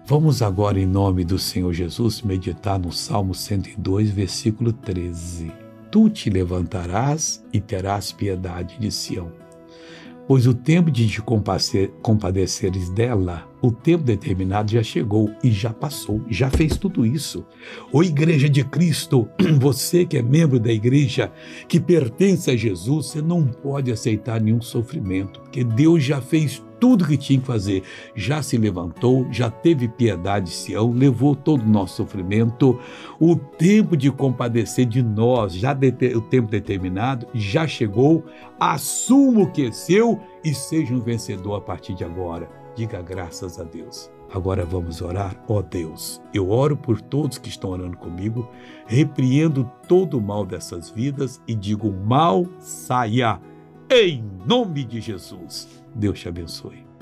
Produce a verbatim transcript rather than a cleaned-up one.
Vamos agora, em nome do Senhor Jesus, meditar no Salmo cento e dois, versículo treze. Tu te levantarás e terás piedade de Sião, pois o tempo de te compadeceres dela, o tempo determinado já chegou e já passou, já fez tudo isso. Ô Igreja de Cristo, você que é membro da igreja, que pertence a Jesus, você não pode aceitar nenhum sofrimento, porque Deus já fez tudo que tinha que fazer, já se levantou, já teve piedade de Sião, levou todo o nosso sofrimento. O tempo de compadecer de nós, já o tempo determinado, já chegou. Assuma o que é seu e seja um vencedor a partir de agora. Diga graças a Deus. Agora vamos orar. Ó Deus, eu oro por todos que estão orando comigo, repreendo todo o mal dessas vidas e digo: o mal saia, em nome de Jesus. Deus te abençoe.